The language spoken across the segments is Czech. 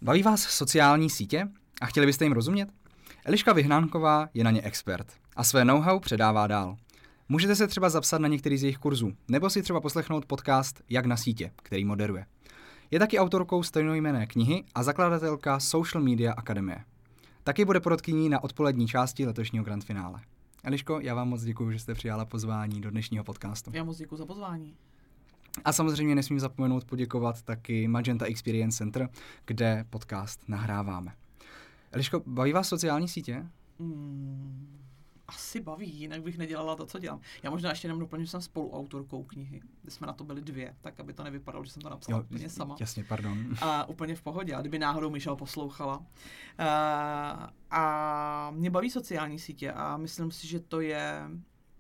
Baví vás sociální sítě a chtěli byste jim rozumět? Eliška Vyhnánková je na ně expert a své know-how předává dál. Můžete se třeba zapsat na některý z jejich kurzů, nebo si třeba poslechnout podcast Jak na sítě, který moderuje. Je taky autorkou stejnojmenné knihy a zakladatelka Social Media Akademie. Taky bude porodkyní na odpolední části letošního grand finále. Eliško, já vám moc děkuji, že jste přijala pozvání do dnešního podcastu. Já moc děkuji za pozvání. A samozřejmě nesmím zapomenout poděkovat taky Magenta Experience Center, kde podcast nahráváme. Eliško, baví vás sociální sítě? Asi baví, jinak bych nedělala to, co dělám. Já možná ještě jenom doplním, že jsem spoluautorkou knihy, kde jsme na to byli dvě, tak aby to nevypadalo, že jsem to napsala úplně sama. Jasně, pardon. A úplně v pohodě, a kdyby náhodou Michal poslouchala. A mě baví sociální sítě a myslím si, že to je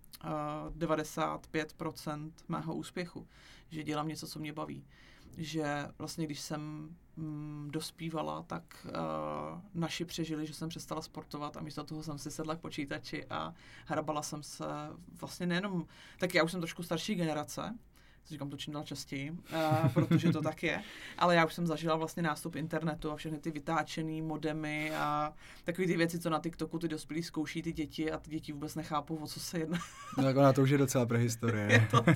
95% mého úspěchu, že dělám něco, co mě baví. Že vlastně, když jsem dospívala, tak naši přežili, že jsem přestala sportovat a místo toho jsem si sedla k počítači a hrabala jsem se vlastně nejenom, tak já už jsem trošku starší generace, říkám to čím dál častěji, protože to tak je, ale já už jsem zažila vlastně nástup internetu a všechny ty vytáčený modemy a takové ty věci, co na TikToku ty dospělí zkouší ty děti a ty děti vůbec nechápou, o co se jedná. No tak ona to už je docela prehistorie.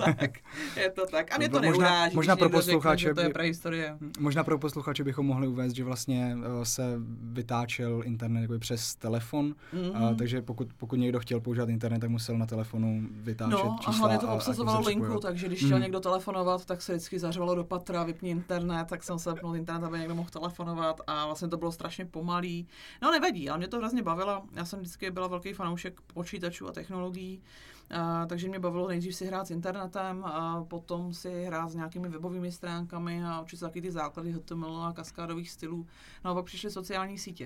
Je to tak. A mě to neuráží, možná pro posluchače, řekne, že to je prehistorie. Možná pro posluchače bychom mohli uvést, že vlastně se vytáčel internet jako přes telefon, takže pokud někdo chtěl používat internet, tak musel na telefonu vytáčet čísla. No a hlavně to obsazovalo linku, takže když chtěl někdo telefonovat, tak se vždycky zařvalo do patra, vypni internet, tak jsem se vypnul internet, aby někdo mohl telefonovat a vlastně to bylo strašně pomalý. No nevadí, ale mě to hrozně bavilo. Já jsem vždycky byla velký fanoušek počítačů a technologií, takže mě bavilo nejdřív si hrát s internetem a potom si hrát s nějakými webovými stránkami a učit se taky ty základy HTML a kaskádových stylů. No a pak přišly sociální sítě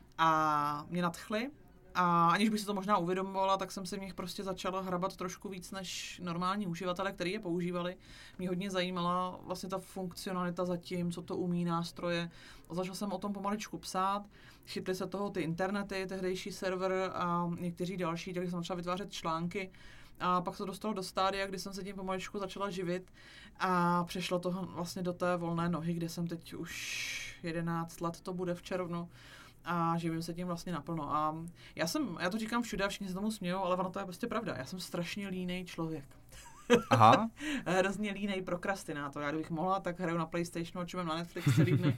a mě nadchly. A aniž bych si to možná uvědomovala, tak jsem se v nich prostě začala hrabat trošku víc než normální uživatelé, kteří je používali. Mě hodně zajímala vlastně ta funkcionalita zatím, co to umí nástroje. A začala jsem o tom pomaličku psát. Chytli se toho ty internety, tehdejší server a někteří další, takže jsem začala vytvářet články. A pak se dostalo do stádia, kdy jsem se tím pomaličku začala živit a přešlo to vlastně do té volné nohy, kde jsem teď už 11 let, to bude v červnu. A živím se tím vlastně naplno. A já to říkám všude a všichni se tomu smějou, ale ono to je prostě pravda. Já jsem strašně línej člověk. Aha. Hrozně línej prokrastinátor. Já kdybych mohla, tak hraju na PlayStationu a čumím na Netflix celý dny.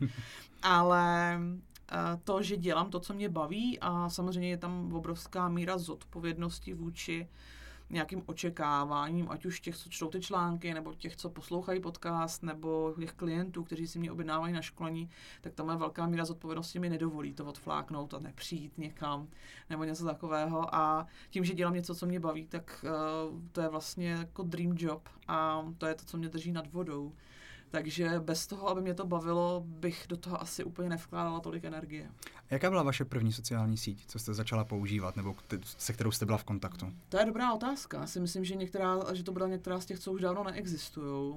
Ale to, že dělám to, co mě baví a samozřejmě je tam obrovská míra zodpovědnosti vůči nějakým očekáváním, ať už těch, co čtou ty články, nebo těch, co poslouchají podcast, nebo těch klientů, kteří si mě objednávají na školení, tak tam je velká míra zodpovědnosti, mi nedovolí to odfláknout a nepřijít někam, nebo něco takového. A tím, že dělám něco, co mě baví, tak to je vlastně jako dream job a to je to, co mě drží nad vodou. Takže bez toho, aby mě to bavilo, bych do toho asi úplně nevkládala tolik energie. A jaká byla vaše první sociální síť, co jste začala používat, nebo se kterou jste byla v kontaktu? To je dobrá otázka. Já si myslím, že to byla některá z těch, co už dávno neexistují.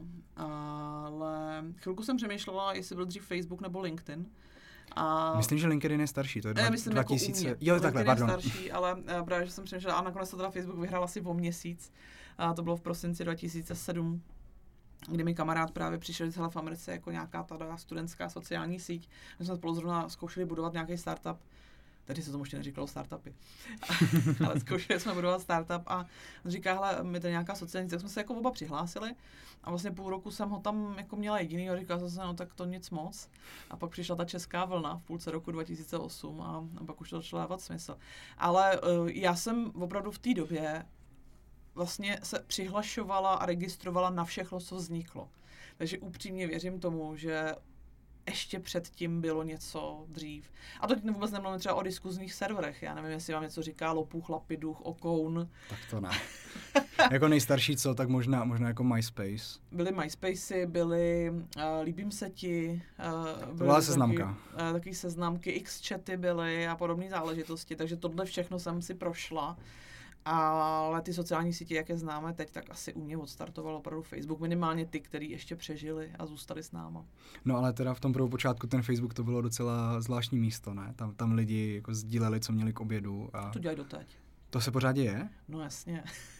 Ale chvilku jsem přemýšlela, jestli byl dřív Facebook nebo LinkedIn. Myslím, že LinkedIn je starší, to je 2000. Jako jo, takhle, pardon. Je starší, ale právě, že jsem přemýšlela, a nakonec to teda Facebook vyhrál asi o měsíc. A to bylo v prosinci 2007. Kdy mi kamarád právě přišel v Americe jako nějaká ta studentská sociální síť. My jsme spolu zrovna zkoušeli budovat nějaký startup. Tady se tomu ještě neříkalo startupy. Ale zkoušeli jsme budovat startup a on říká, hele, my to je nějaká sociální síť. Tak jsme se jako oba přihlásili a vlastně půl roku jsem ho tam jako měla jediný a říkala jsem se, no tak to nic moc. A pak přišla ta česká vlna v půlce roku 2008 a pak už to začalo dávat smysl. Ale já jsem opravdu v té době vlastně se přihlašovala a registrovala na všechno, co vzniklo. Takže upřímně věřím tomu, že ještě předtím bylo něco dřív. A to vůbec nemluvím třeba o diskuzních serverech. Já nevím, jestli vám něco říká Lopuch, Lapiduch, Okoun. Tak to ne. Jako nejstarší co, tak možná jako MySpace. Byly MySpacey, byly Líbím se ti. To byla seznamka. Taky seznamky, X-chaty byly a podobné záležitosti. Takže tohle všechno jsem si prošla. Ale ty sociální sítě, jak je známe teď, tak asi u mě odstartoval opravdu Facebook. Minimálně ty, který ještě přežili a zůstali s náma. No ale teda v tom prvopočátku ten Facebook to bylo docela zvláštní místo, ne? Tam lidi jako sdíleli, co měli k obědu. A to dělají doteď. To se pořád děje? No jasně.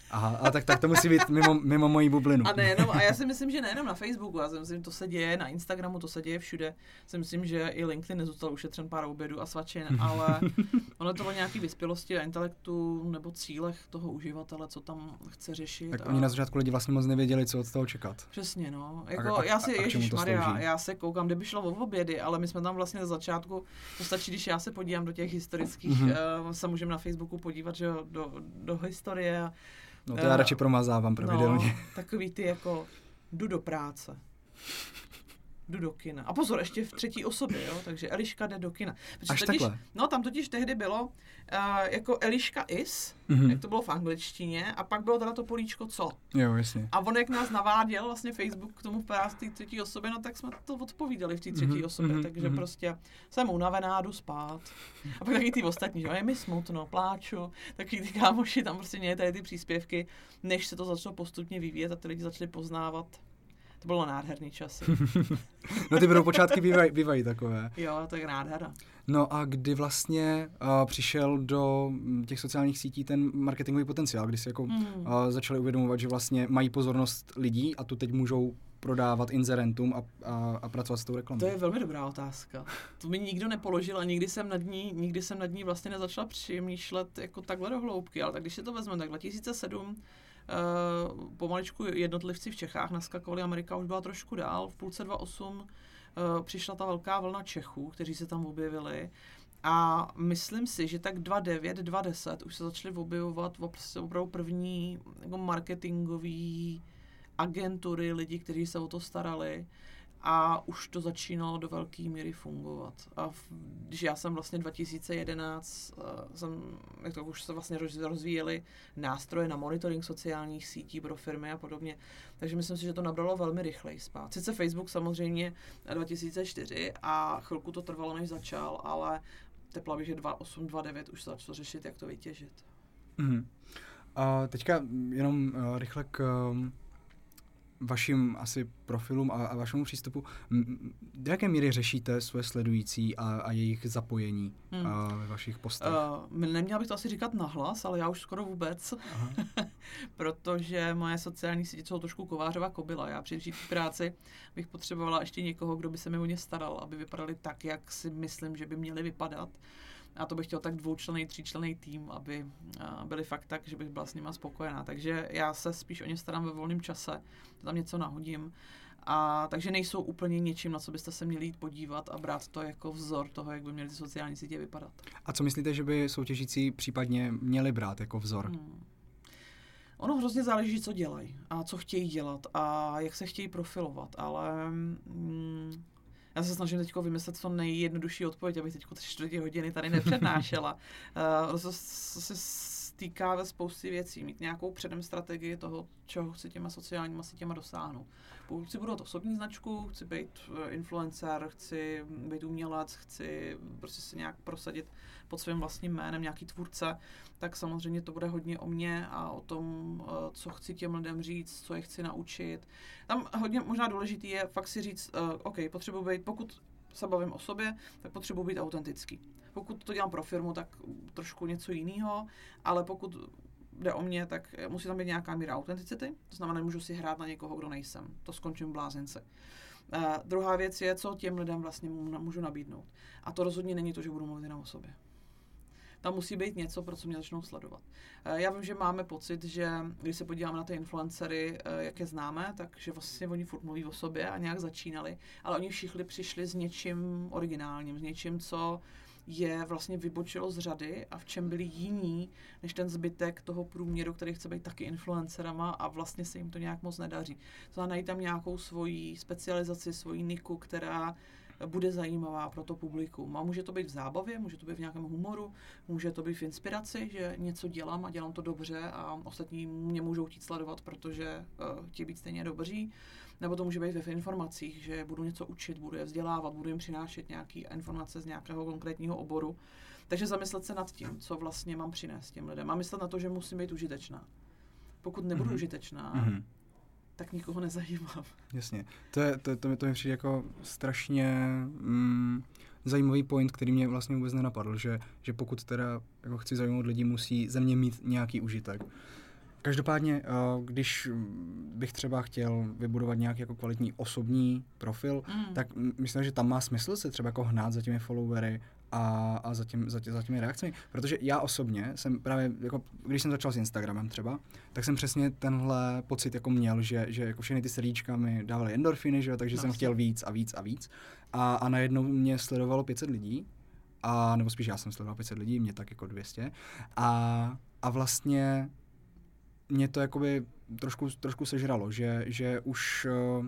Aha, a tak to musí být mimo moji bublinu. A já si myslím, že nejenom na Facebooku, já si myslím, že to se děje na Instagramu, to se děje všude. Si myslím, že i LinkedIn nezůstal ušetřen pár obědů a svačin, ale ono to o nějaký vyspělosti a intelektu nebo cílech toho uživatele, co tam chce řešit. Tak oni na začátku lidi vlastně moc nevěděli, co od toho čekat. Přesně, no. Jako, já se koukám, kdyby šlo o obědy, ale my jsme tam vlastně na začátku, to stačí, když já se podívám do těch historických, se můžeme na Facebooku podívat, že do historie. No to já radši promazávám pravidelně. No, takový ty jako jdu do práce, jdu do kina. A pozor, ještě v třetí osobě, jo, takže Eliška jde do kina. Až takhle? No, tam totiž tehdy bylo jako Eliška is, jak to bylo v angličtině, a pak bylo teda to políčko co. Jo, jasně. A on jak nás naváděl vlastně Facebook k tomu v té třetí osobě, no tak jsme to odpovídali v té třetí osobě, takže prostě jsem unavená, jdu spát. A pak taky ty ostatní, že je mi smutno, pláču, taky ty kámoši tam prostě měli tady ty příspěvky, než se to začalo postupně vyvíjet a ty lidi začali poznávat. To bylo nádherný časy. No ty počátky bývají takové. Jo, to je nádhera. No a kdy vlastně přišel do těch sociálních sítí ten marketingový potenciál, kdy si jako začali uvědomovat, že vlastně mají pozornost lidí a tu teď můžou prodávat inzerentům a pracovat s tou reklamou? To je velmi dobrá otázka. To mi nikdo nepoložil a nikdy jsem nad ní vlastně nezačala přemýšlet jako takhle do hloubky, ale tak když si to vezmeme, tak 2007 pomaličku jednotlivci v Čechách naskakovali, Amerika už byla trošku dál, v půlce 2008 přišla ta velká vlna Čechů, kteří se tam objevili a myslím si, že tak 2009, 2010 už se začaly objevovat opravdu první jako marketingový agentury, lidi, kteří se o to starali a už to začínalo do velké míry fungovat. A když já jsem vlastně 2011, jak to už se vlastně rozvíjely nástroje na monitoring sociálních sítí pro firmy a podobně, takže myslím si, že to nabralo velmi rychleji spát. Sice Facebook samozřejmě 2004 a chvilku to trvalo, než začal, ale tepla bych, že 2008, 2009 už se začalo řešit, jak to vytěžit. A teďka jenom rychle k vašim asi profilům a vašemu přístupu. Do jaké míry řešíte svoje sledující a jejich zapojení ve vašich postech? Neměla bych to asi říkat nahlas, ale já už skoro vůbec, protože moje sociální sítě jsou trošku kovářová kobila. Já při vší práci bych potřebovala ještě někoho, kdo by se mi o ně staral, aby vypadali tak, jak si myslím, že by měli vypadat. A to bych chtěl tak 2členný, 3členný tým, aby byli fakt tak, že bych byla s nima spokojená. Takže já se spíš o ně starám ve volném čase, tam něco nahodím. A takže nejsou úplně něčím, na co byste se měli jít podívat a brát to jako vzor toho, jak by měly ty sociální sítě vypadat. A co myslíte, že by soutěžící případně měli brát jako vzor? Ono hrozně záleží, co dělají a co chtějí dělat a jak se chtějí profilovat, ale já se snažím teď vymyslet co nejjednodušší odpověď, abych teď 4 hodiny tady nepřednášela. To se stýká ve spoustě věcí. Mít nějakou předem strategii toho, čeho chci těma sociálníma sítěma dosáhnout. Pokud chci budovat osobní značku, chci být influencer, chci být umělec, chci prostě se nějak prosadit pod svým vlastním jménem, nějaký tvůrce, tak samozřejmě to bude hodně o mně a o tom, co chci těm lidem říct, co je chci naučit. Tam hodně možná důležitý je fakt si říct, OK, potřebuji být, pokud se bavím o sobě, tak potřebuji být autentický. Pokud to dělám pro firmu, tak trošku něco jiného, ale pokud jde o mě, tak musí tam být nějaká míra autenticity, to znamená, nemůžu si hrát na někoho, kdo nejsem. To skončím v blázinci. Druhá věc je, co těm lidem vlastně můžu nabídnout. A to rozhodně není to, že budu mluvit jenom o sobě. Tam musí být něco, pro co mě začnou sledovat. Já vím, že máme pocit, že když se podíváme na ty influencery, jak je známe, takže vlastně oni furt mluví o sobě a nějak začínali, ale oni všichni přišli s něčím originálním, s něčím, co je vlastně vybočilo z řady a v čem byli jiní než ten zbytek toho průměru, který chce být taky influencerama a vlastně se jim to nějak moc nedaří. To znamená najít tam nějakou svoji specializaci, svoji niku, která bude zajímavá pro to publikum. A může to být v zábavě, může to být v nějakém humoru, může to být v inspiraci, že něco dělám a dělám to dobře a ostatní mě můžou chtít sledovat, protože chtějí být stejně dobří. Nebo to může být v informacích, že budu něco učit, budu je vzdělávat, budu jim přinášet nějaké informace z nějakého konkrétního oboru. Takže zamyslet se nad tím, co vlastně mám přinést těm lidem. A myslet na to, že musím být užitečná. Pokud nebudu užitečná, tak nikoho nezajímám. Jasně. To mi přijde jako strašně zajímavý point, který mě vlastně vůbec nenapadl, že pokud teda jako chci zajímat lidi, musí ze mě mít nějaký užitek. Každopádně, když bych třeba chtěl vybudovat nějaký jako kvalitní osobní profil, tak myslím, že tam má smysl se třeba jako hnát za těmi followery a za těmi reakcemi, protože já osobně jsem právě, jako, když jsem začal s Instagramem třeba, tak jsem přesně tenhle pocit jako měl, že jako všechny ty srdíčka mi dávaly endorfiny, že jo, takže jsem chtěl víc a víc a víc a najednou mě sledovalo 500 lidí, nebo spíš já jsem sledoval 500 lidí, mě tak jako 200 a vlastně mě to jakoby trošku sežralo, že už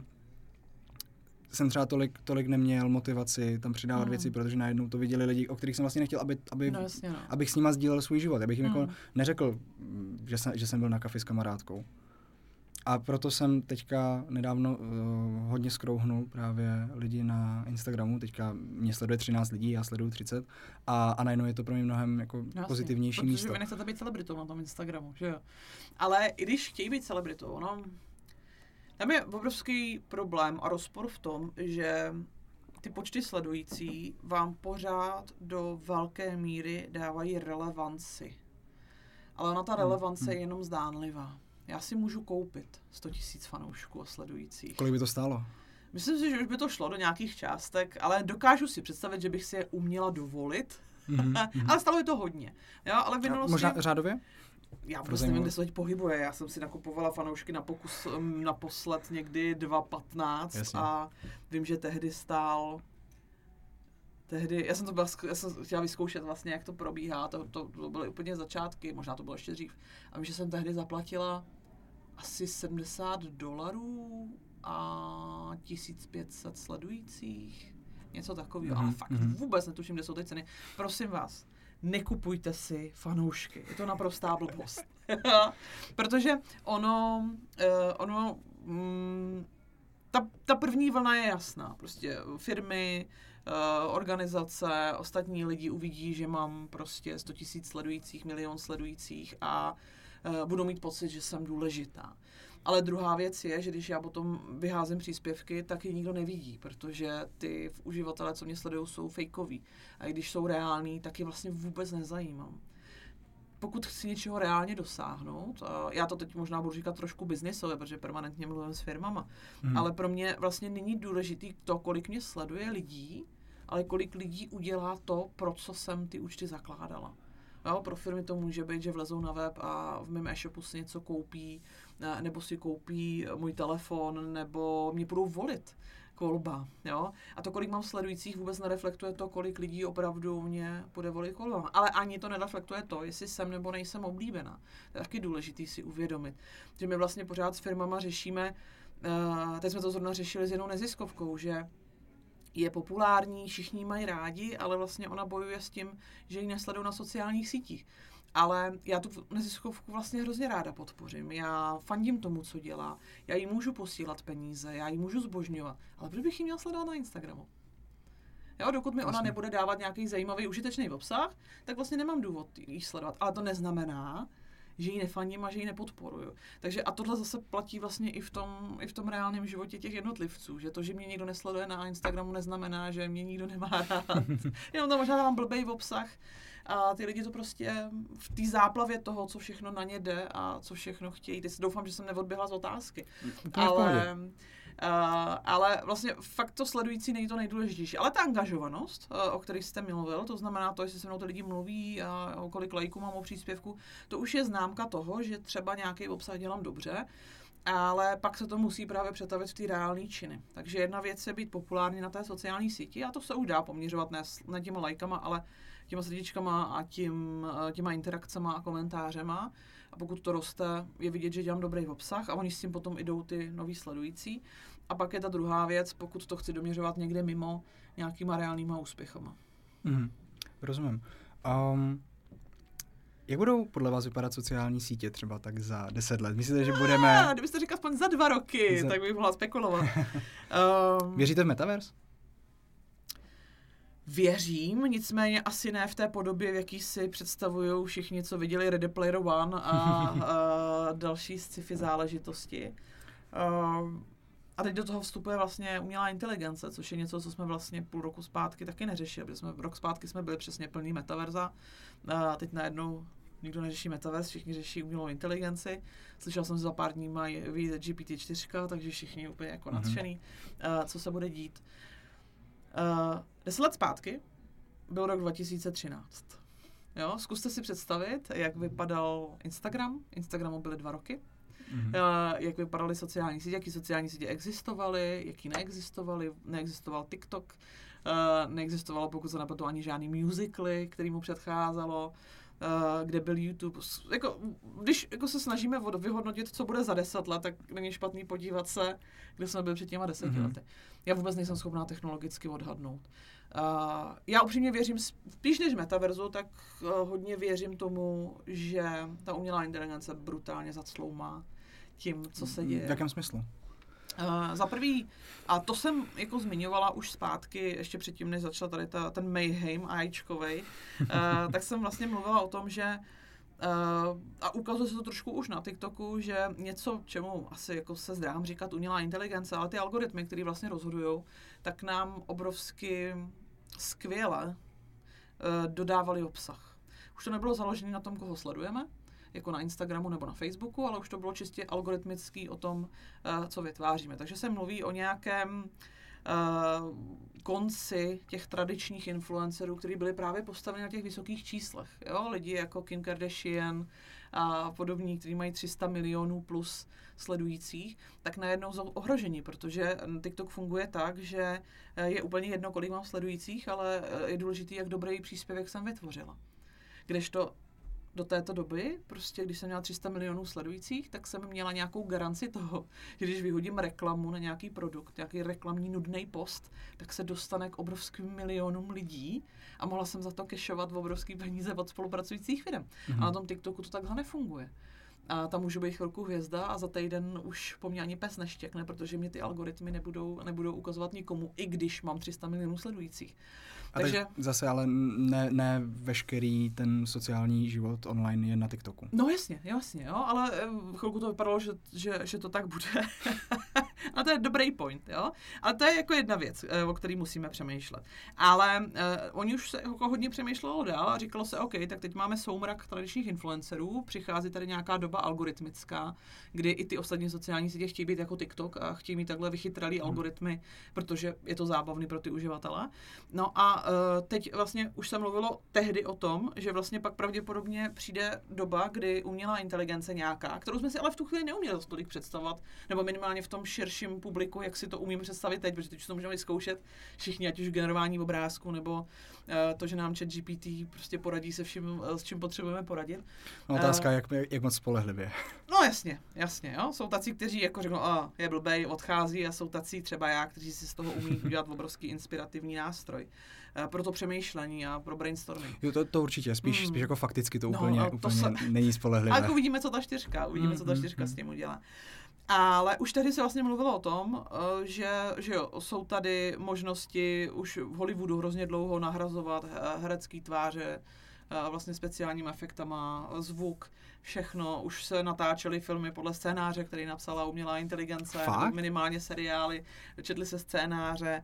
jsem třeba tolik neměl motivaci tam přidávat věci, protože najednou to viděli lidi, o kterých jsem vlastně nechtěl, abych s nima sdílel svůj život, abych jim jako neřekl, že jsem byl na kafi s kamarádkou. A proto jsem teďka nedávno hodně skrouhnul právě lidi na Instagramu, teďka mě sleduje 13 lidí, já sleduju 30 a najednou je to pro mě mnohem jako pozitivnější místo. Protože vy nechcete být celebritou na tom Instagramu, že jo? Ale i když chtějí být celebritou, no, tam je obrovský problém a rozpor v tom, že ty počty sledující vám pořád do velké míry dávají relevanci. Ale ona ta relevance je jenom zdánlivá. Já si můžu koupit 100 000 fanoušků a sledujících. Kolik by to stálo? Myslím si, že už by to šlo do nějakých částek, ale dokážu si představit, že bych si je uměla dovolit. Ale stalo je to hodně. Jo, ale v minulosti... Možná řádově? Já vůbec nevím, kde se teď pohybuje. Já jsem si nakupovala fanoušky naposled někdy 2,15 a vím, že tehdy stál... Já jsem chtěla vyzkoušet vlastně, jak to probíhá, to byly úplně začátky, možná to bylo ještě dřív. A vím, že jsem tehdy zaplatila asi $70 a 1500 sledujících. Něco takového, ale fakt vůbec netuším, kde jsou ty ceny. Prosím vás, nekupujte si fanoušky, je to naprostá blbost. Protože ta první vlna je jasná, prostě firmy, organizace, ostatní lidi uvidí, že mám prostě 100 000 sledujících, 1 000 000 sledujících a budou mít pocit, že jsem důležitá. Ale druhá věc je, že když já potom vyházím příspěvky, tak je nikdo nevidí, protože ty uživatelé, co mě sledují, jsou fejkoví. A když jsou reální, tak je vlastně vůbec nezajímám. Pokud chci něčeho reálně dosáhnout, já to teď možná budu říkat trošku biznisově, protože permanentně mluvím s firmama, ale pro mě vlastně není důležitý to, kolik mě sleduje lidí, ale kolik lidí udělá to, pro co jsem ty účty zakládala. Jo, pro firmy to může být, že vlezou na web a v mém e-shopu si něco koupí, nebo si koupí můj telefon, nebo mě budou volit k volbám. Jo? A to, kolik mám sledujících, vůbec nereflektuje to, kolik lidí opravdu mě bude volit k volbám. Ale ani to nereflektuje to, jestli jsem nebo nejsem oblíbená. To je taky důležitý si uvědomit. Že my vlastně pořád s firmama řešíme, teď jsme to zrovna řešili s jednou neziskovkou, že je populární, všichni mají rádi, ale vlastně ona bojuje s tím, že ji nesledují na sociálních sítích. Ale já tu neziskovku vlastně hrozně ráda podpořím. Já fandím tomu, co dělá. Já jí můžu posílat peníze, já jí můžu zbožňovat. Ale proč bych ji měl sledovat na Instagramu? Jo, dokud mi ona nebude dávat nějaký zajímavý, užitečný obsah, tak vlastně nemám důvod jí sledovat. Ale to neznamená, že ji nefandím a že ji nepodporuju. Takže a tohle zase platí vlastně i v tom reálném životě těch jednotlivců, že to, že mě někdo nesleduje na Instagramu, neznamená, že mě nikdo nemá rád. Jenom tam možná dávám blbej obsah a ty lidi to prostě v té záplavě toho, co všechno na ně jde a co všechno chtějí. Teď doufám, že jsem neodběhla z otázky. Ale vlastně fakt to sledující není to nejdůležitější. Ale ta angažovanost, o které jste mluvil, to znamená to, jestli se mnou ty lidi mluví a o kolik lajků mám o příspěvku, to už je známka toho, že třeba nějaký obsah dělám dobře, ale pak se to musí právě přetavit v ty reální činy. Takže jedna věc je být populární na té sociální síti a to se už dá poměřovat ne těma lajkama, ale těma srdíčkama a těma interakcema a komentářema. A pokud to roste, je vidět, že dělám dobrý obsah a oni s tím potom jdou ty noví sledující. A pak je ta druhá věc, pokud to chci doměřovat někde mimo nějakýma reálnýma úspěchama. Rozumím. Jak budou podle vás vypadat sociální sítě třeba tak za 10 let? Myslíte, že budeme... Kdybyste říkal aspoň za 2 roky, tak bych mohla spekulovat. Věříte v Metaverse? Věřím, nicméně asi ne v té podobě, v jaký si představují všichni, co viděli Ready Player One a další sci-fi záležitosti. A teď do toho vstupuje vlastně umělá inteligence, což je něco, co jsme vlastně půl roku zpátky taky neřešili, protože rok zpátky jsme byli přesně plný metaverza. A teď najednou nikdo neřeší metaverse, všichni řeší umělou inteligenci. Slyšel jsem, že za pár dní mají vyjít GPT-4, takže všichni úplně jako nadšený, co se bude dít. 10 let zpátky byl rok 2013. Jo, zkuste si představit, jak vypadal Instagram. Instagramu byly 2 roky. Jak vypadaly sociální sítě, jaký sociální sítě existovaly, jaký neexistovaly. Neexistoval TikTok, neexistovalo, pokud se nepletu, ani žádný musically, který mu předcházelo, kde byl YouTube. Když se snažíme vyhodnotit, co bude za 10 let, tak není špatný podívat se, kde jsme byli před těma 10 lety. Já vůbec nejsem schopná technologicky odhadnout. Já upřímně věřím, spíš než metaverzu, tak hodně věřím tomu, že ta umělá inteligence brutálně zacloumá tím, co se děje. V jakém smyslu? Za prvý, a to jsem jako zmiňovala už zpátky, ještě předtím, než začal tady ten mayhem AIčkovej, tak jsem vlastně mluvila o tom, že a ukazuje se to trošku už na TikToku, že něco, čemu asi jako se zdrám říkat umělá inteligence, ale ty algoritmy, které vlastně rozhodujou, tak nám obrovsky skvěle dodávali obsah. Už to nebylo založené na tom, koho sledujeme, jako na Instagramu nebo na Facebooku, ale už to bylo čistě algoritmický o tom, co vytváříme. Takže se mluví o nějakém konci těch tradičních influencerů, kteří byli právě postaveni na těch vysokých číslech. Jo? Lidi jako Kim Kardashian a podobní, kteří mají 300 milionů plus sledujících, tak najednou jsou ohroženi, protože TikTok funguje tak, že je úplně jedno, kolik mám sledujících, ale je důležitý, jak dobrý příspěvek jsem vytvořila. Kdežto do této doby, prostě když jsem měla 300 milionů sledujících, tak jsem měla nějakou garanci toho, že když vyhodím reklamu na nějaký produkt, nějaký reklamní nudný post, tak se dostane k obrovským milionům lidí a mohla jsem za to kešovat obrovský peníze od spolupracujících firm. A na tom TikToku to takhle nefunguje. A tam můžu být chvilku hvězda a za týden už po mně ani pes neštěkne, protože mě ty algoritmy nebudou ukazovat nikomu, i když mám 300 milionů sledujících. Takže zase ale ne veškerý ten sociální život online je na TikToku. No jasně, jo, ale chvilku to vypadalo, že to tak bude. A to je dobrý point, jo. Ale to je jako jedna věc, o který musíme přemýšlet. Ale oni už se jako hodně přemýšlelo dál a říkalo se, OK, tak teď máme soumrak tradičních influencerů, přichází tady nějaká doba algoritmická, kdy i ty ostatní sociální sítě chtějí být jako TikTok a chtějí mít takhle vychytralý algoritmy, protože je to zábavný pro ty uživatele. No a teď vlastně už se mluvilo tehdy o tom, že vlastně pak pravděpodobně přijde doba, kdy umělá inteligence nějaká, kterou jsme si ale v tu chvíli neuměli tolik představovat, nebo minimálně v tom širším publiku, jak si to umíme představit teď, protože teď to můžeme zkoušet všichni, ať už generování obrázku, nebo to, že nám ChatGPT prostě poradí se vším, s čím potřebujeme poradit. No, otázka, jak moc spolehlivě. No jasně, jo. Jsou tací, kteří jako řeknou, je blbej, odchází, a jsou tací třeba já, kteří si z toho umí udělat obrovský inspirativní nástroj. Pro to přemýšlení a pro brainstorming. Jo, to určitě, spíš jako fakticky to úplně není spolehlivé. Ale uvidíme, co ta 4, s tím udělá. Ale už tehdy se vlastně mluvilo o tom, že jo, jsou tady možnosti už v Hollywoodu hrozně dlouho nahrazovat herecký tváře vlastně speciálníma efektama, zvuk, všechno. Už se natáčely filmy podle scénáře, který napsala umělá inteligence, minimálně seriály, četly se scénáře.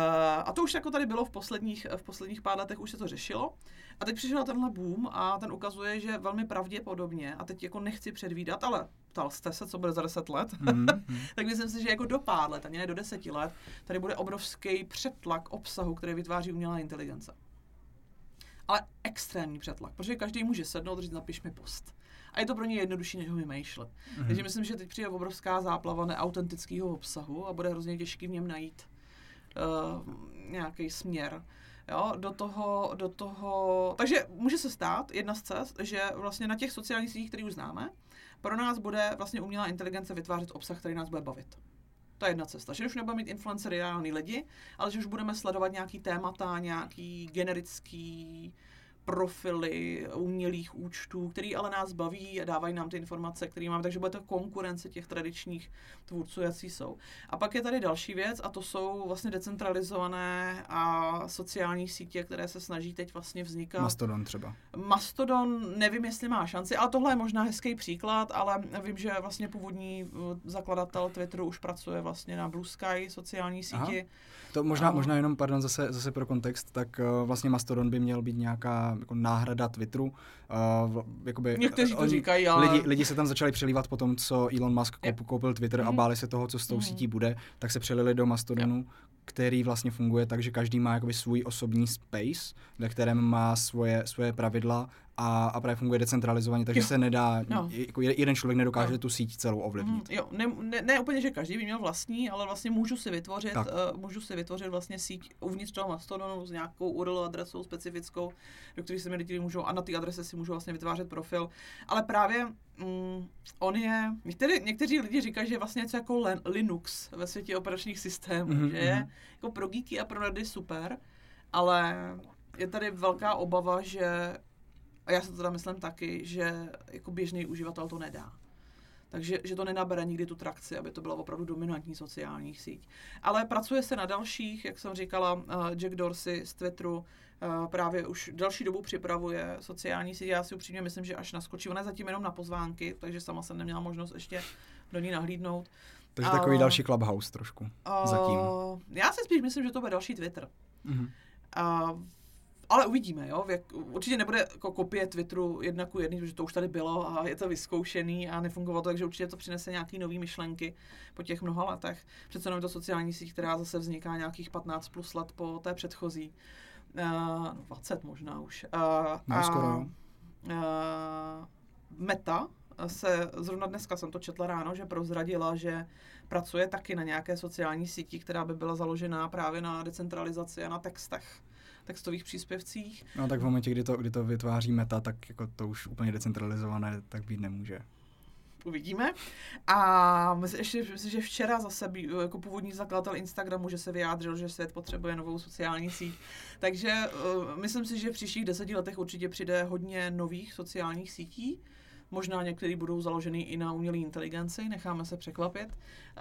A to už jako tady bylo v posledních pár letech, už se to řešilo. A teď přišel tenhle boom a ten ukazuje, že velmi pravděpodobně, a teď jako nechci předvídat, ale ptal jste se, co bude za 10 let, tak myslím si, že jako do pár let, ani ne do 10 let, tady bude obrovský přetlak obsahu, který vytváří umělá inteligence. Ale extrémní přetlak, protože každý může sednout a říct, napiš mi post. A je to pro ně jednodušší, než ho vymýšlet. Takže myslím, že teď přijde obrovská záplava neautentického obsahu a bude hrozně těžký v něm najít nějaký směr. Jo, do toho. Takže může se stát jedna z cest, že vlastně na těch sociálních sítích, které už známe, pro nás bude vlastně umělá inteligence vytvářet obsah, který nás bude bavit. To je jedna cesta, že už nebudeme mít influencery reální lidi, ale že už budeme sledovat nějaký témata, nějaký generický profily umělých účtů, který ale nás baví a dávají nám ty informace, které máme, takže bude to konkurence těch tradičních tvůrců, jací jsou. A pak je tady další věc a to jsou vlastně decentralizované a sociální sítě, které se snaží teď vlastně vznikat. Mastodon třeba. Mastodon, nevím, jestli má šanci, ale tohle je možná hezký příklad, ale vím, že vlastně původní zakladatel Twitteru už pracuje vlastně na Blue Sky sociální síti. To možná jenom, pardon, zase pro kontext, tak vlastně Mastodon by měl být nějaká taková jako náhrada Twitteru. Jakoby, někteří to říkají, ale... Lidi se tam začali přelívat po tom, co Elon Musk koupil Twitter a báli se toho, co s tou sítí bude, tak se přelili do Mastodonu, který vlastně funguje tak, že každý má jakoby svůj osobní space, ve kterém má svoje pravidla a právě funguje decentralizovaně, takže se nedá, jako jeden člověk nedokáže tu síť celou ovlivnit. Ne úplně, že každý by měl vlastní, ale vlastně můžu si vytvořit vlastně síť uvnitř toho Mastodonu s nějakou URL adresou specifickou, do které se mi lidi můžou, a na té adrese si můžou vlastně vytvářet profil. Ale právě někteří lidi říkají, že je vlastně něco jako Linux ve světě operačních systémů, že je jako pro geeky a pro nerdy super, ale je tady velká obava, že, a já se to teda myslím taky, že jako běžný uživatel to nedá. Takže že to nenabere nikdy tu trakci, aby to byla opravdu dominantní sociální síť. Ale pracuje se na dalších, jak jsem říkala, Jack Dorsey z Twitteru právě už další dobu připravuje sociální síť. Já si upřímně myslím, že až naskočí. Ona je zatím jenom na pozvánky, takže sama jsem neměla možnost ještě do ní nahlídnout. Takže takový další Clubhouse trošku zatím. Já si spíš myslím, že to bude další Twitter. Ale uvidíme, jo. Určitě nebude jako kopie Twitteru 1:1, protože to už tady bylo a je to vyzkoušený a nefungovalo to, takže určitě to přinese nějaký nový myšlenky po těch mnoha letech. Přece jenom je to sociální síť, která zase vzniká nějakých 15 plus let po té předchozí. 20 možná už. Skoro. Meta se zrovna dneska jsem to četla ráno, že prozradila, že pracuje taky na nějaké sociální síti, která by byla založená právě na decentralizaci a na textových příspěvcích. No tak v momentě, kdy to vytváří Meta, tak jako to už úplně decentralizované tak být nemůže. Uvidíme. A myslím, že včera zase jako původní zakladatel Instagramu, že se vyjádřil, že svět potřebuje novou sociální síť. Takže myslím si, že v příštích 10 letech určitě přijde hodně nových sociálních sítí. Možná některé budou založeny i na umělé inteligenci, necháme se překvapit.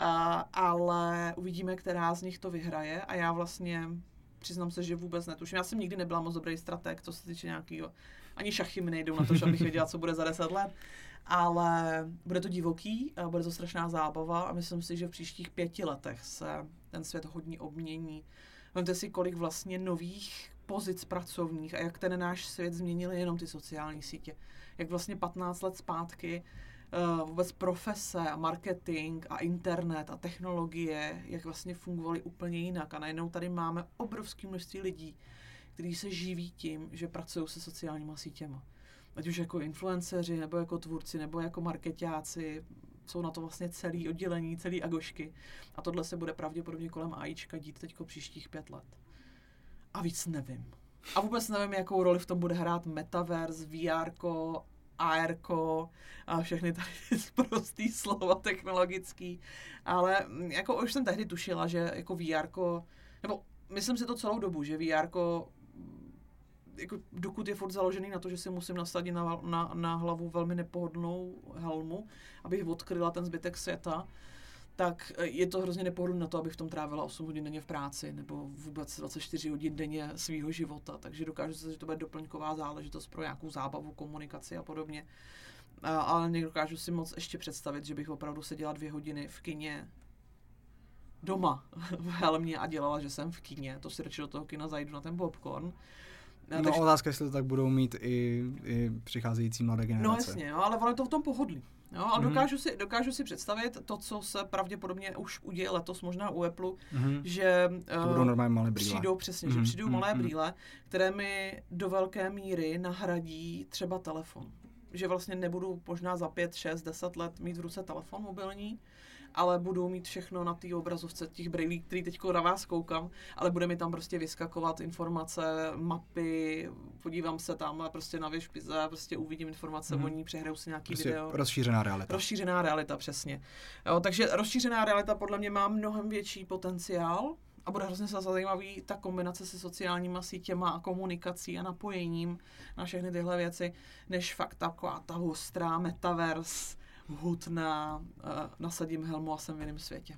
Ale uvidíme, která z nich to vyhraje. A já vlastně přiznám se, že vůbec netuším. Já jsem nikdy nebyla moc dobrý strateg, co se týče nějakého. Ani šachy mi nejdou na to, že abych věděla, co bude za 10 let. Ale bude to divoký, bude to strašná zábava a myslím si, že v příštích 5 letech se ten svět hodně obmění. Vemte si, kolik vlastně nových pozic pracovních a jak ten náš svět změnily jenom ty sociální sítě. Jak vlastně 15 let zpátky vůbec profese a marketing a internet a technologie, jak vlastně fungovaly úplně jinak. A najednou tady máme obrovské množství lidí, kteří se živí tím, že pracují se sociálníma sítěma. Ať už jako influenceři, nebo jako tvůrci, nebo jako marketáci, jsou na to vlastně celý oddělení, celý agošky. A tohle se bude pravděpodobně kolem AIčka dít teďko příštích 5 let. A víc nevím. A vůbec nevím, jakou roli v tom bude hrát metaverse, VRko, ARko a všechny tady prostý slova technologický. Ale jako už jsem tehdy tušila, že jako VRko, nebo myslím si to celou dobu, že VRko jako dokud je furt založený na to, že si musím nasadit na hlavu velmi nepohodlnou helmu, abych odkryla ten zbytek světa, tak je to hrozně nepohodlné na to, abych v tom trávila 8 hodin denně v práci nebo vůbec 24 hodin denně svýho života. Takže dokážu se, že to bude doplňková záležitost pro nějakou zábavu, komunikaci a podobně. Ale nedokážu si moc ještě představit, že bych opravdu seděla 2 hodiny v kině doma v helmě a dělala, že jsem v kině. To si radši do toho kina zajdu na ten popcorn. No takže otázka, jestli to tak budou mít i přicházející mladé generace. No jasně, jo, ale ono je to v tom pohodlí. Jo, a dokážu si představit to, co se pravděpodobně už uděje letos, možná u Apple, že to budou normálně malé brýle. Že přijdou malé brýle, které mi do velké míry nahradí třeba telefon. Že vlastně nebudu možná za 5, 6, 10 let mít v ruce telefon mobilní, ale budou mít všechno na té obrazovce těch brýlí, který teďko na vás koukám, ale bude mi tam prostě vyskakovat informace, mapy, podívám se tam prostě na věšpize, prostě uvidím informace o ní, přehraju si nějaký prostě video. Rozšířená realita. Rozšířená realita, přesně. Jo, takže rozšířená realita podle mě má mnohem větší potenciál a bude hrozně zajímavý ta kombinace se sociálníma sítěma a komunikací a napojením na všechny tyhle věci, než fakt taková ta ostrá metaverse, hutná, nasadím helmu a jsem v jiném světě.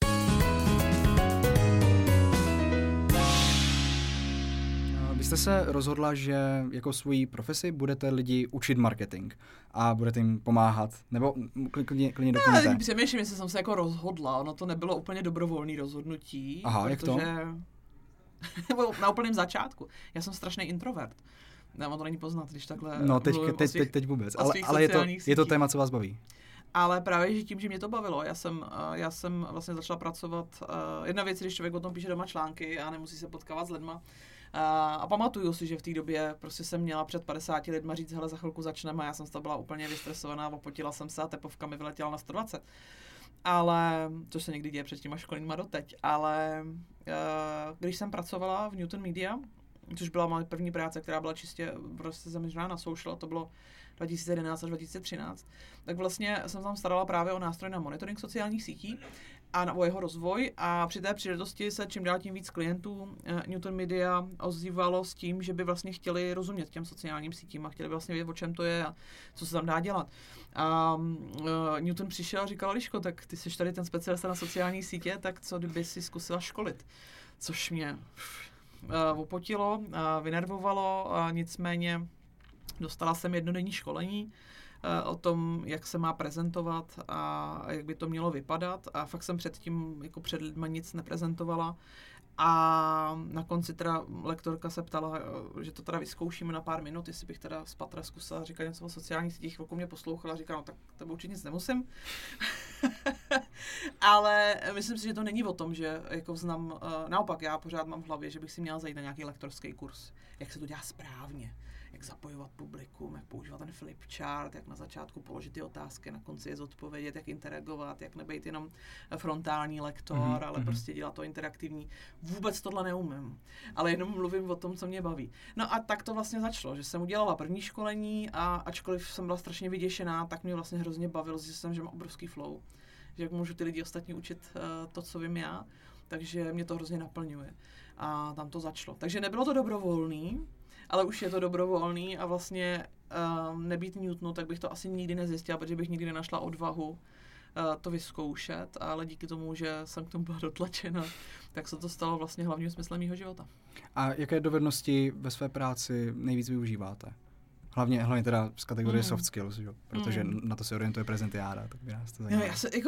Vy jste se rozhodla, že jako svoji profesi budete lidi učit marketing a budete jim pomáhat, nebo klidně doplňte. Já přemýšlím, jestli jsem se jako rozhodla, ono to nebylo úplně dobrovolné rozhodnutí. Aha, jak to? Na úplném začátku. Já jsem strašný introvert. Ne, to není poznat, když takhle no, teď vůbec, ale je to téma, co vás baví. Ale právě že tím, že mě to bavilo, já jsem vlastně začala pracovat, jedna věc, když člověk o tom píše doma články a nemusí se potkávat s lidma, a pamatuju si, že v té době prostě jsem měla před 50 lidma říct, hele, za chvilku začneme, a já jsem z toho byla úplně vystresovaná, opotila jsem se a tepovka mi vyletěla na 120. Ale, což se někdy děje před těma školníma doteď, ale když jsem pracovala v Newton Media, což byla moje první práce, která byla čistě prostě zaměřená na social, to bylo 2011 až 2013, tak vlastně jsem tam starala právě o nástroj na monitoring sociálních sítí a o jeho rozvoj a při té příležitosti se čím dál tím víc klientů Newton Media ozývalo s tím, že by vlastně chtěli rozumět těm sociálním sítím a chtěli vlastně vědět, o čem to je a co se tam dá dělat. A Newton přišel a říkal, Liško, tak ty jsi tady ten specialista na sociální sítě, tak co kdyby si zkusila školit? Což mě opotilo, vynervovalo, nicméně dostala jsem jednodenní školení o tom, jak se má prezentovat a jak by to mělo vypadat a fakt jsem předtím jako před lidma nic neprezentovala a na konci teda lektorka se ptala, že to teda vyzkoušíme na pár minut, jestli bych teda z patra zkusila říkat něco o sociálních sítích, chvilku mě poslouchala a říkala, no tak tebe určitě nic nemusím. Ale myslím si, že to není o tom, že jako znám, naopak já pořád mám v hlavě, že bych si měla zajít na nějaký lektorský kurz, jak se to dělá správně, jak zapojovat publikum, jak používat ten flipchart, jak na začátku položit ty otázky, na konci je zodpovědět, jak interagovat, jak nebejt jenom frontální lektor, ale prostě dělat to interaktivní. Vůbec tohle neumím, ale jenom mluvím o tom, co mě baví. No a tak to vlastně začalo, že jsem udělala první školení a ačkoliv jsem byla strašně vyděšená, tak mě vlastně hrozně bavilo, že jsem, že mám obrovský flow, že jak můžu ty lidi ostatní učit to, co vím já, takže mě to hrozně naplňuje. A tam to začalo. Takže nebylo to dobrovolný, ale už je to dobrovolný a vlastně nebýt Newtonu, tak bych to asi nikdy nezjistila, protože bych nikdy nenašla odvahu to vyzkoušet, ale díky tomu, že jsem k tomu byla dotlačena, tak se to stalo vlastně hlavním smyslem mýho života. A jaké dovednosti ve své práci nejvíc využíváte? Hlavně teda z kategorie soft skills, jo? Protože na to se orientuje prezentiáda, tak by nás to zajímalo.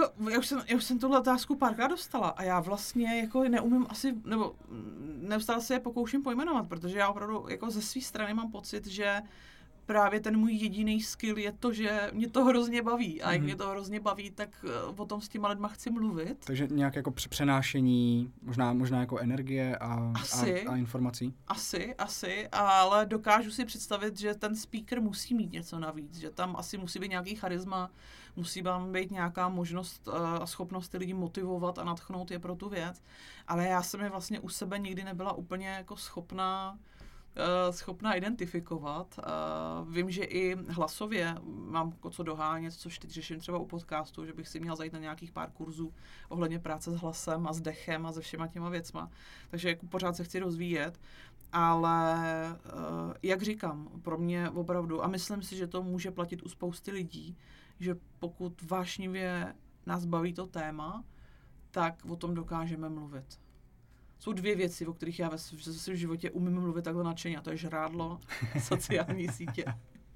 Já už jsem tuhle otázku párkrát dostala a já vlastně jako neumím asi, nebo neustále se je pokouším pojmenovat, protože já opravdu jako ze své strany mám pocit, že právě ten můj jediný skill je to, že mě to hrozně baví. A jak mě to hrozně baví, tak o tom s těma lidma chci mluvit. Takže nějak jako přenášení, možná jako energie a informací? Asi, ale dokážu si představit, že ten speaker musí mít něco navíc, že tam asi musí být nějaký charisma, musí tam být nějaká možnost a schopnost ty lidi motivovat a nadchnout je pro tu věc. Ale já jsem je vlastně u sebe nikdy nebyla úplně jako schopná identifikovat. Vím, že i hlasově mám co dohánět, což teď řeším třeba u podcastu, že bych si měla zajít na nějakých pár kurzů ohledně práce s hlasem a s dechem a se všema těma věcma. Takže jako pořád se chci rozvíjet, ale jak říkám, pro mě opravdu, a myslím si, že to může platit u spousty lidí, že pokud vášnivě nás baví to téma, tak o tom dokážeme mluvit. Jsou dvě věci, o kterých já ve svém životě umím mluvit takhle nadšeně, a to je žrádlo, sociální sítě.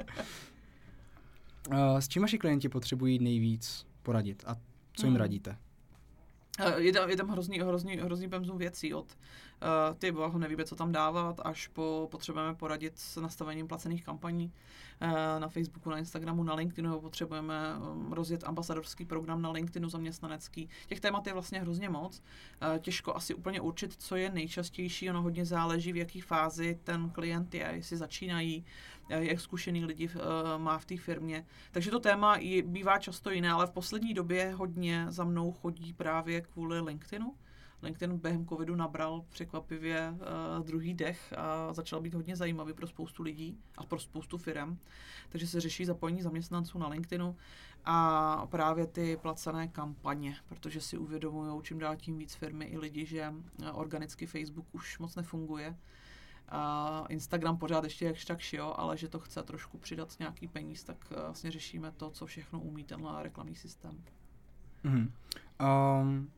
S čím vaši klienti potřebují nejvíc poradit a co jim radíte? Je tam hrozný pemzum věcí od ty boha, nevíme, co tam dávat, až po potřebujeme poradit s nastavením placených kampaní na Facebooku, na Instagramu, na LinkedInu, potřebujeme rozjet ambasadorský program na LinkedInu zaměstnanecký. Těch témat je vlastně hrozně moc. Těžko asi úplně určit, co je nejčastější, ono hodně záleží, v jaký fázi ten klient je, jestli začínají, jak zkušený lidi má v té firmě. Takže to téma bývá často jiné, ale v poslední době hodně za mnou chodí právě kvůli LinkedInu. LinkedIn během covidu nabral překvapivě druhý dech a začal být hodně zajímavý pro spoustu lidí a pro spoustu firem. Takže se řeší zapojení zaměstnanců na LinkedInu a právě ty placené kampaně, protože si uvědomují čím dál tím víc firmy i lidi, že organicky Facebook už moc nefunguje. Instagram pořád ještě jakž takž, jo, ale že to chce trošku přidat nějaký peníz, tak vlastně řešíme to, co všechno umí tenhle reklamní systém.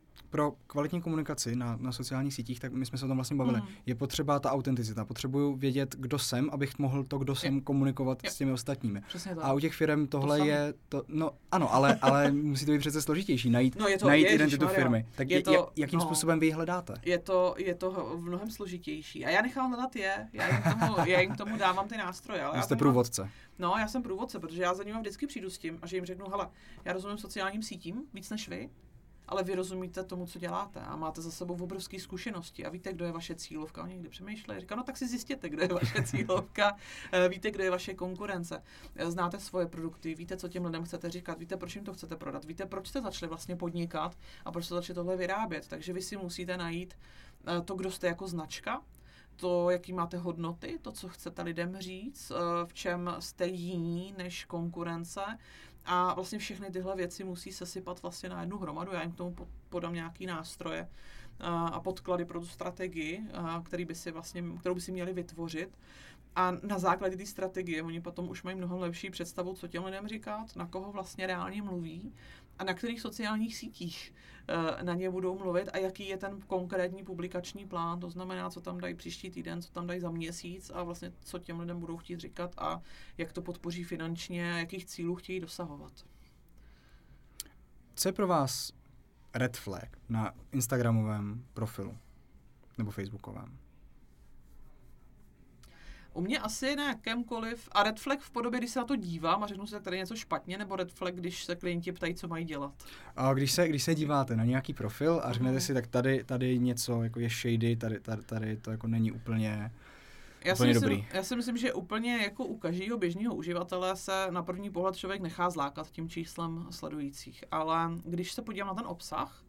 pro kvalitní komunikaci na sociálních sítích, tak my jsme se o tom vlastně bavili, je potřeba ta autenticita. Potřebuju vědět, kdo jsem, abych mohl to, kdo jsem, komunikovat s těmi ostatními. A u těch firm tohle je to, no ano, ale musí to být přece složitější, najít identitu firmy. Tak jakým způsobem vy ji hledáte? Je to mnohem složitější. A já nechám hledat já jim tomu dávám ty nástroje. Ale jste průvodce. No, já jsem průvodce, protože já za nimi vždycky přijdu s tím a že jim řeknu, hele, já rozumím sociálním sítím víc než vy, ale vy rozumíte tomu, co děláte a máte za sebou obrovské zkušenosti a víte, kdo je vaše cílovka. Oni někdy přemýšlejí, říkají, no tak si zjistěte, kdo je vaše cílovka, víte, kdo je vaše konkurence, znáte svoje produkty, víte, co těm lidem chcete říkat, víte, proč jim to chcete prodat, víte, proč jste začali vlastně podnikat a proč jste začali tohle vyrábět. Takže vy si musíte najít to, kdo jste jako značka, to, jaký máte hodnoty, to, co chcete lidem říct, v čem jste jiní než konkurence. A vlastně všechny tyhle věci musí sesypat vlastně na jednu hromadu. Já jim k tomu podám nějaký nástroje a podklady pro tu strategii, kterou by si měli vytvořit. A na základě té strategie oni potom už mají mnohem lepší představu, co těm lidem říkat, na koho vlastně reálně mluví a na kterých sociálních sítích na ně budou mluvit a jaký je ten konkrétní publikační plán, to znamená, co tam dají příští týden, co tam dají za měsíc a vlastně co těm lidem budou chtít říkat a jak to podpoří finančně a jakých cílů chtějí dosahovat. Co je pro vás red flag na Instagramovém profilu nebo Facebookovém? U mě asi na jakémkoliv, a red flag v podobě, když se na to dívám a řeknu si, tak tady něco špatně, nebo red flag, když se klienti ptají, co mají dělat? A když se díváte na nějaký profil a řeknete si, tak tady něco jako je shady, tady to jako není úplně dobrý. Já si myslím, že úplně jako u každého běžného uživatele se na první pohled člověk nechá zlákat tím číslem sledujících, ale když se podívám na ten obsah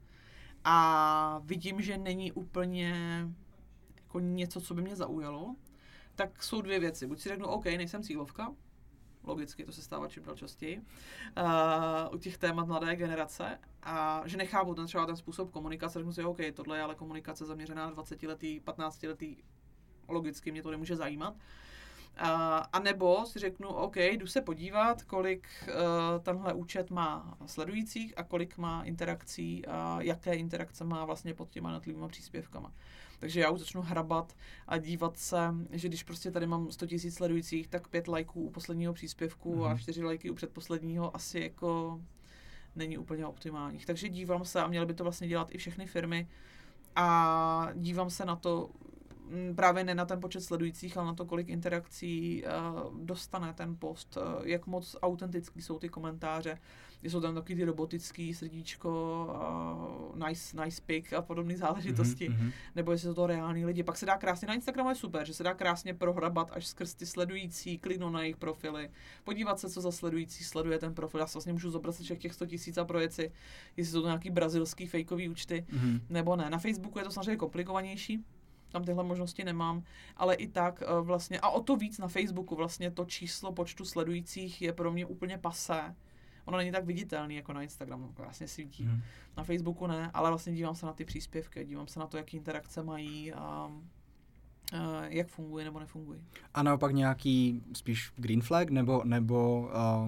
a vidím, že není úplně jako něco, co by mě zaujalo, tak jsou dvě věci. Buď si řeknu, OK, nejsem cílovka, logicky, to se stává čím dál častěji, u těch témat mladé generace, a že nechápu třeba ten způsob komunikace, řeknu si, OK, tohle je ale komunikace zaměřená na 20letý, 15letý, logicky mě to nemůže zajímat. A nebo si řeknu, OK, jdu se podívat, kolik tenhle účet má sledujících a kolik má interakcí a jaké interakce má vlastně pod těma jednotlivými příspěvkama. Takže já už začnu hrabat a dívat se, že když prostě tady mám 100 000 sledujících, tak 5 lajků u posledního příspěvku a 4 lajky u předposledního asi jako není úplně optimálních. Takže dívám se a měly by to vlastně dělat i všechny firmy a dívám se na to, právě ne na ten počet sledujících, ale na to, kolik interakcí dostane ten post, jak moc autentický jsou ty komentáře, jsou tam taky ty robotický srdíčko, nice pic a podobné záležitosti, nebo jestli jsou to reální lidi. Pak se dá krásně, na Instagramu je super, že se dá krásně prohrabat až skrz ty sledující, kliknout na jejich profily, podívat se, co za sledující sleduje ten profil. Já se vlastně můžu zobrat všech těch 100 000 a projet si, jestli jsou to nějaký brazilský fejkový účty, nebo ne. Na Facebooku je to samozřejmě komplikovanější, tam tyhle možnosti nemám, ale i tak vlastně, a o to víc na Facebooku vlastně to číslo počtu sledujících je pro mě úplně pasé. Ono není tak viditelný jako na Instagramu, vlastně svítí. Na Facebooku ne, ale vlastně dívám se na ty příspěvky, dívám se na to, jaký interakce mají a jak fungují nebo nefungují. A naopak nějaký spíš green flag, nebo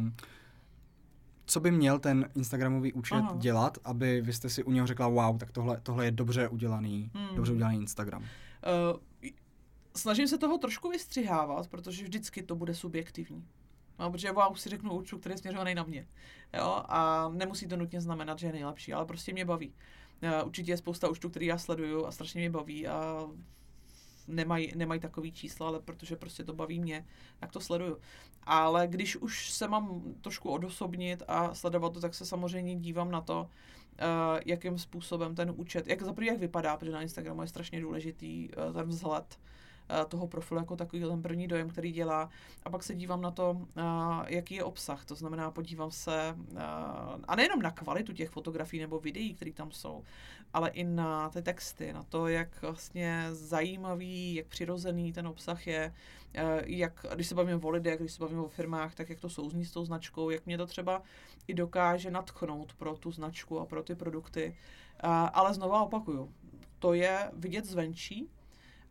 co by měl ten Instagramový účet dělat, aby vy jste si u něho řekla, wow, tak tohle je dobře udělaný Instagram? Snažím se toho trošku vystřihávat, protože vždycky to bude subjektivní. No, protože wow, si řeknu účtu, který je směřovaný na mě. Jo? A nemusí to nutně znamenat, že je nejlepší, ale prostě mě baví. Určitě je spousta účtů, který já sleduju a strašně mě baví a nemají takový čísla, ale protože prostě to baví mě, tak to sleduju. Ale když už se mám trošku odosobnit a sledovat to, tak se samozřejmě dívám na to, jakým způsobem ten účet, jak vypadá, protože na Instagramu je strašně důležitý ten vzhled toho profilu jako takový ten první dojem, který dělá. A pak se dívám na to, jaký je obsah. To znamená, podívám se, a nejenom na kvalitu těch fotografií nebo videí, které tam jsou, ale i na ty texty, na to, jak vlastně zajímavý, jak přirozený ten obsah je, jak, když se bavíme o lidech, když se bavíme o firmách, tak jak to souzní s tou značkou, jak mě to třeba i dokáže nadchnout pro tu značku a pro ty produkty. Ale znova opakuju, to je vidět zvenčí,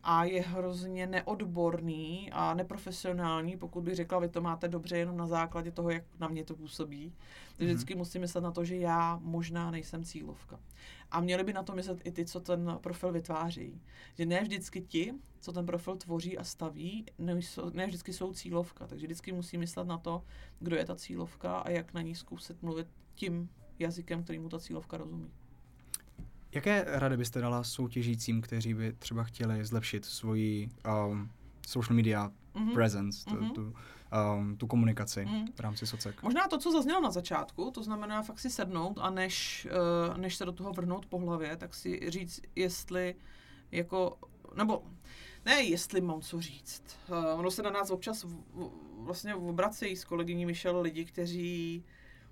a je hrozně neodborný a neprofesionální, pokud bych řekla, vy to máte dobře jenom na základě toho, jak na mě to působí. Takže vždycky musím myslet na to, že já možná nejsem cílovka. A měli by na to myslet i ty, co ten profil vytváří. Že ne vždycky ti, co ten profil tvoří a staví, ne vždycky jsou cílovka. Takže vždycky musí myslet na to, kdo je ta cílovka a jak na ní zkusit mluvit tím jazykem, kterýmu ta cílovka rozumí. Jaké rady byste dala soutěžícím, kteří by třeba chtěli zlepšit svoji social media presence, tu komunikaci v rámci socek? Možná to, co zaznělo na začátku, to znamená fakt si sednout a než se do toho vrhnout po hlavě, tak si říct, jestli jako, nebo ne, jestli mám co říct. Ono se na nás občas vlastně obracejí s kolegyní Michelle lidi, kteří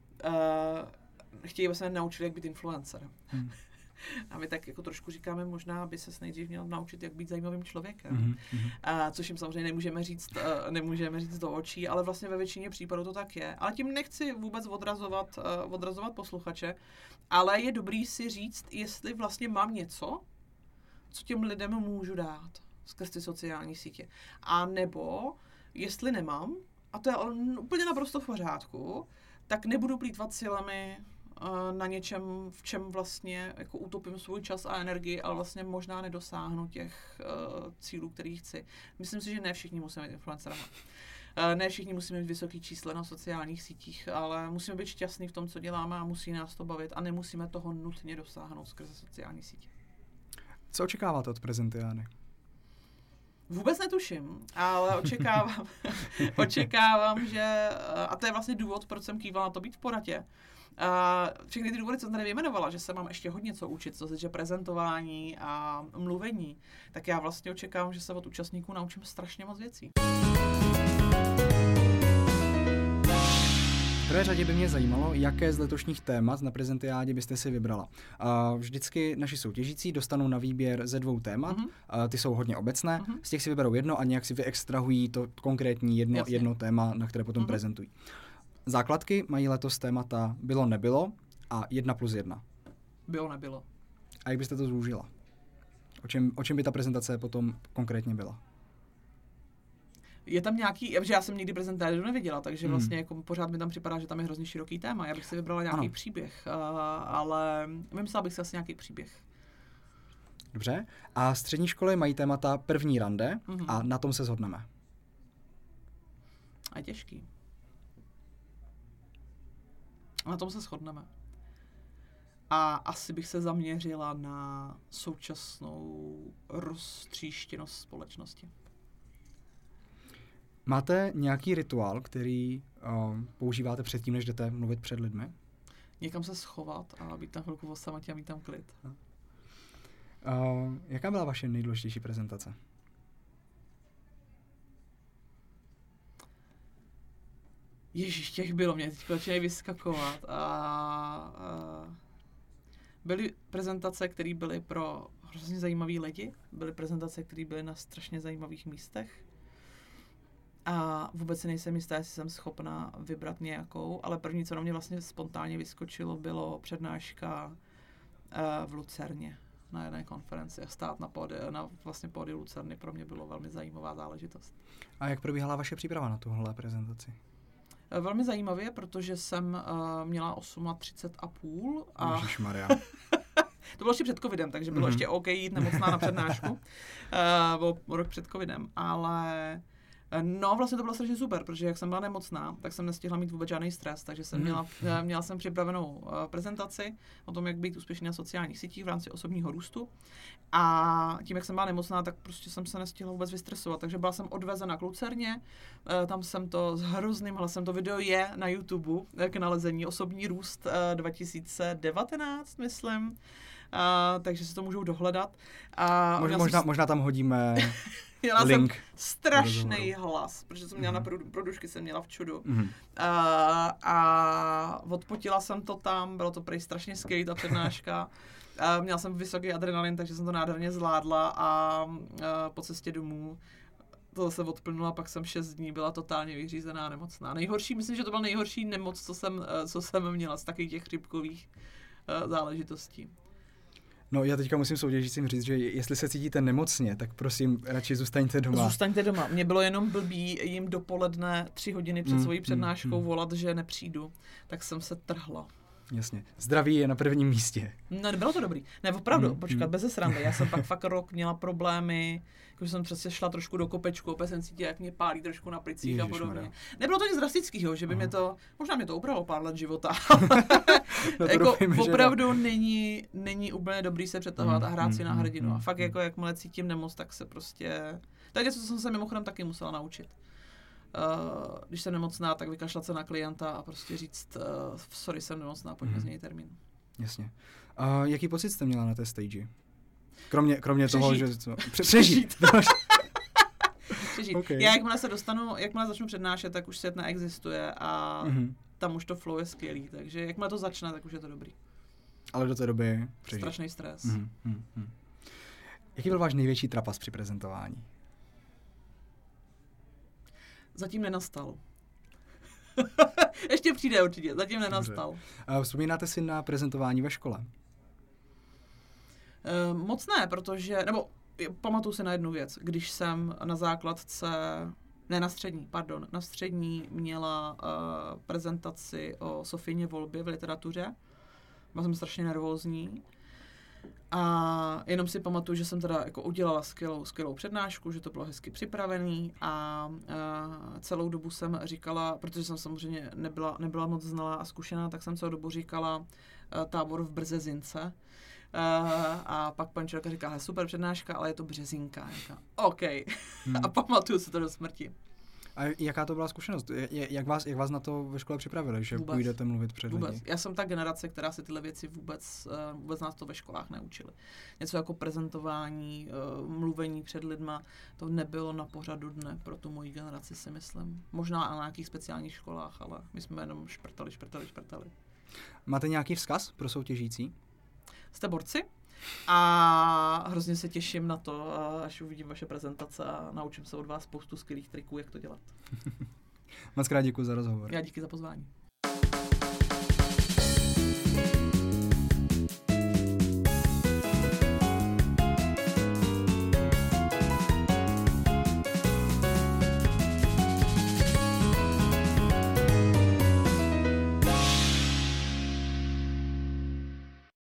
chtějí vlastně naučit, jak být influencerem. A my tak jako trošku říkáme, možná by se nejdřív měl naučit, jak být zajímavým člověkem. Což jim samozřejmě nemůžeme říct do očí, ale vlastně ve většině případů to tak je. Ale tím nechci vůbec odrazovat posluchače, ale je dobrý si říct, jestli vlastně mám něco, co těm lidem můžu dát skrz ty sociální sítě. A nebo, jestli nemám, a to je úplně naprosto v pořádku, tak nebudu plýtvat silami na něčem, v čem vlastně jako utopím svůj čas a energii, ale vlastně možná nedosáhnu těch cílů, který chci. Myslím si, že ne všichni musíme být influencerama. Ne všichni musíme mít vysoký čísla na sociálních sítích, ale musíme být šťastní v tom, co děláme a musí nás to bavit a nemusíme toho nutně dosáhnout skrze sociální sítě. Co očekáváte od Prezentiány? Vůbec netuším, ale očekávám, že, a to je vlastně důvod, proč jsem kývala na to být v poradě. Všechny ty důvody, co jsem tady vyjmenovala, že se mám ještě hodně co učit, co se týče prezentování a mluvení, tak já vlastně očekávám, že se od účastníků naučím strašně moc věcí. V prvé řadě by mě zajímalo, jaké z letošních témat na Prezentiádě byste si vybrala. Vždycky naši soutěžící dostanou na výběr ze 2 témat, ty jsou hodně obecné, z těch si vyberou jedno a nějak si vyextrahují to konkrétní jedno téma, na které potom prezentují. Základky mají letos témata bylo, nebylo a 1+1. Bylo, nebylo. A jak byste to zúžila? O čem by ta prezentace potom konkrétně byla? Je tam nějaký, že já jsem nikdy prezentářů neviděla, takže vlastně jako pořád mi tam připadá, že tam je hrozně široký téma. Já bych si vybrala nějaký příběh, ale vymyslela bych si asi nějaký příběh. Dobře. A střední školy mají témata první rande a na tom se shodneme. A je těžký. Na tom se shodneme. A asi bych se zaměřila na současnou roztříštěnost společnosti. Máte nějaký rituál, který používáte předtím, než jdete mluvit před lidmi? Někam se schovat a být tam chvilku v osamatě a mít tam klid. Jaká byla vaše nejdůležitější prezentace? Ježíš, těch bylo, mě teď začínají vyskakovat. Byly prezentace, které byly pro hrozně zajímavý lidi, byly prezentace, které byly na strašně zajímavých místech. A vůbec si nejsem jistá, jestli jsem schopna vybrat nějakou, ale první, co na mě vlastně spontánně vyskočilo, bylo přednáška v Lucerně na jedné konferenci a stát na vlastně pódiu Lucerny pro mě bylo velmi zajímavá záležitost. A jak probíhala vaše příprava na tuhle prezentaci? Velmi zajímavě, protože jsem měla 38,5 a... Ježišmarja. To bylo ještě před covidem, takže bylo ještě OK jít nemocná na přednášku. Bylo rok před covidem, ale... No, vlastně to bylo strašně super, protože jak jsem byla nemocná, tak jsem nestihla mít vůbec žádný stres, takže jsem měla jsem připravenou prezentaci o tom, jak být úspěšný na sociálních sítích v rámci osobního růstu. A tím, jak jsem byla nemocná, tak prostě jsem se nestihla vůbec vystresovat, takže byla jsem odvezena k Lucerně, tam jsem to s hrozným hlasem, to video je na YouTube k nalezení Osobní růst 2019, myslím. Takže si to můžou dohledat. Možná tam hodíme měla link. Jsem strašný hlas, protože jsem měla na produšky, jsem měla v čudu. A odpotila jsem to tam, bylo to prej strašně skvělý ta přednáška. Měla jsem vysoký adrenalin, takže jsem to nádherně zvládla a po cestě domů to se odplnula, pak jsem 6 dní byla totálně vyřízená a nemocná. Myslím, že to byl nejhorší nemoc, co jsem měla z takových těch chřipkových záležitostí. No já teďka musím soutěžícím říct, že jestli se cítíte nemocně, tak prosím, radši zůstaňte doma. Zůstaňte doma. Mně bylo jenom blbý jim dopoledne 3 hodiny před svojí přednáškou volat, že nepřijdu. Tak jsem se trhla. Jasně. Zdraví je na prvním místě. No, nebylo to dobrý. Ne, opravdu, počkat, bez srandy. Já jsem pak fakt rok měla problémy, jakože jsem přesně šla trošku do kopečku, opět jsem cítila, jak mě pálí trošku na plicích a podobně. Nebylo to nic drastického, že by mě to, možná mě to ubralo pár let života, no jako doufím, opravdu není úplně dobrý se přetahovat a hrát si na hrdinu. A fakt jako jakmile cítím nemoc, tak se prostě, tak něco, co jsem se mimochodem taky musela naučit. Když jsem nemocná, tak vykašlat se na klienta a prostě říct, sorry, jsem nemocná, pojďme změnit termín. Jasně. Jaký pocit jste měla na té stage? Kromě toho, že... Přežít. Přežít. Okay. Já jakmile začnu přednášet, tak už svět neexistuje a tam už to flow je skvělý, takže jakmile to začne, tak už je to dobrý. Ale do té doby přežít. Strašný stres. Jaký byl váš největší trapas při prezentování? Zatím nenastal. Ještě přijde určitě, zatím nenastal. Vzpomínáte si na prezentování ve škole? Moc ne, pamatuju si na jednu věc. Když jsem na základce, na střední měla prezentaci o Sofíně Volbě v literatuře. Byla jsem strašně nervózní. A jenom si pamatuju, že jsem teda jako udělala skvělou přednášku, že to bylo hezky připravený a celou dobu jsem říkala, protože jsem samozřejmě nebyla moc znalá a zkušená, tak jsem celou dobu říkala tábor v Brzezince. A pak pan člověk říká, super přednáška, ale je to Březinka. Říká, OK. A pamatuju si to do smrti. A jaká to byla zkušenost? Jak vás na to ve škole připravili, že půjdete mluvit před lidi? Já jsem ta generace, která si tyhle věci vůbec nás to ve školách neučili. Něco jako prezentování, mluvení před lidma, to nebylo na pořadu dne pro tu moji generaci, si myslím. Možná na nějakých speciálních školách, ale my jsme jenom šprtali. Máte nějaký vzkaz pro soutěžící? Jste borci? A hrozně se těším na to, až uvidím vaše prezentace a naučím se od vás spoustu skvělých triků, jak to dělat. Moc krát děkuji za rozhovor. Já díky za pozvání.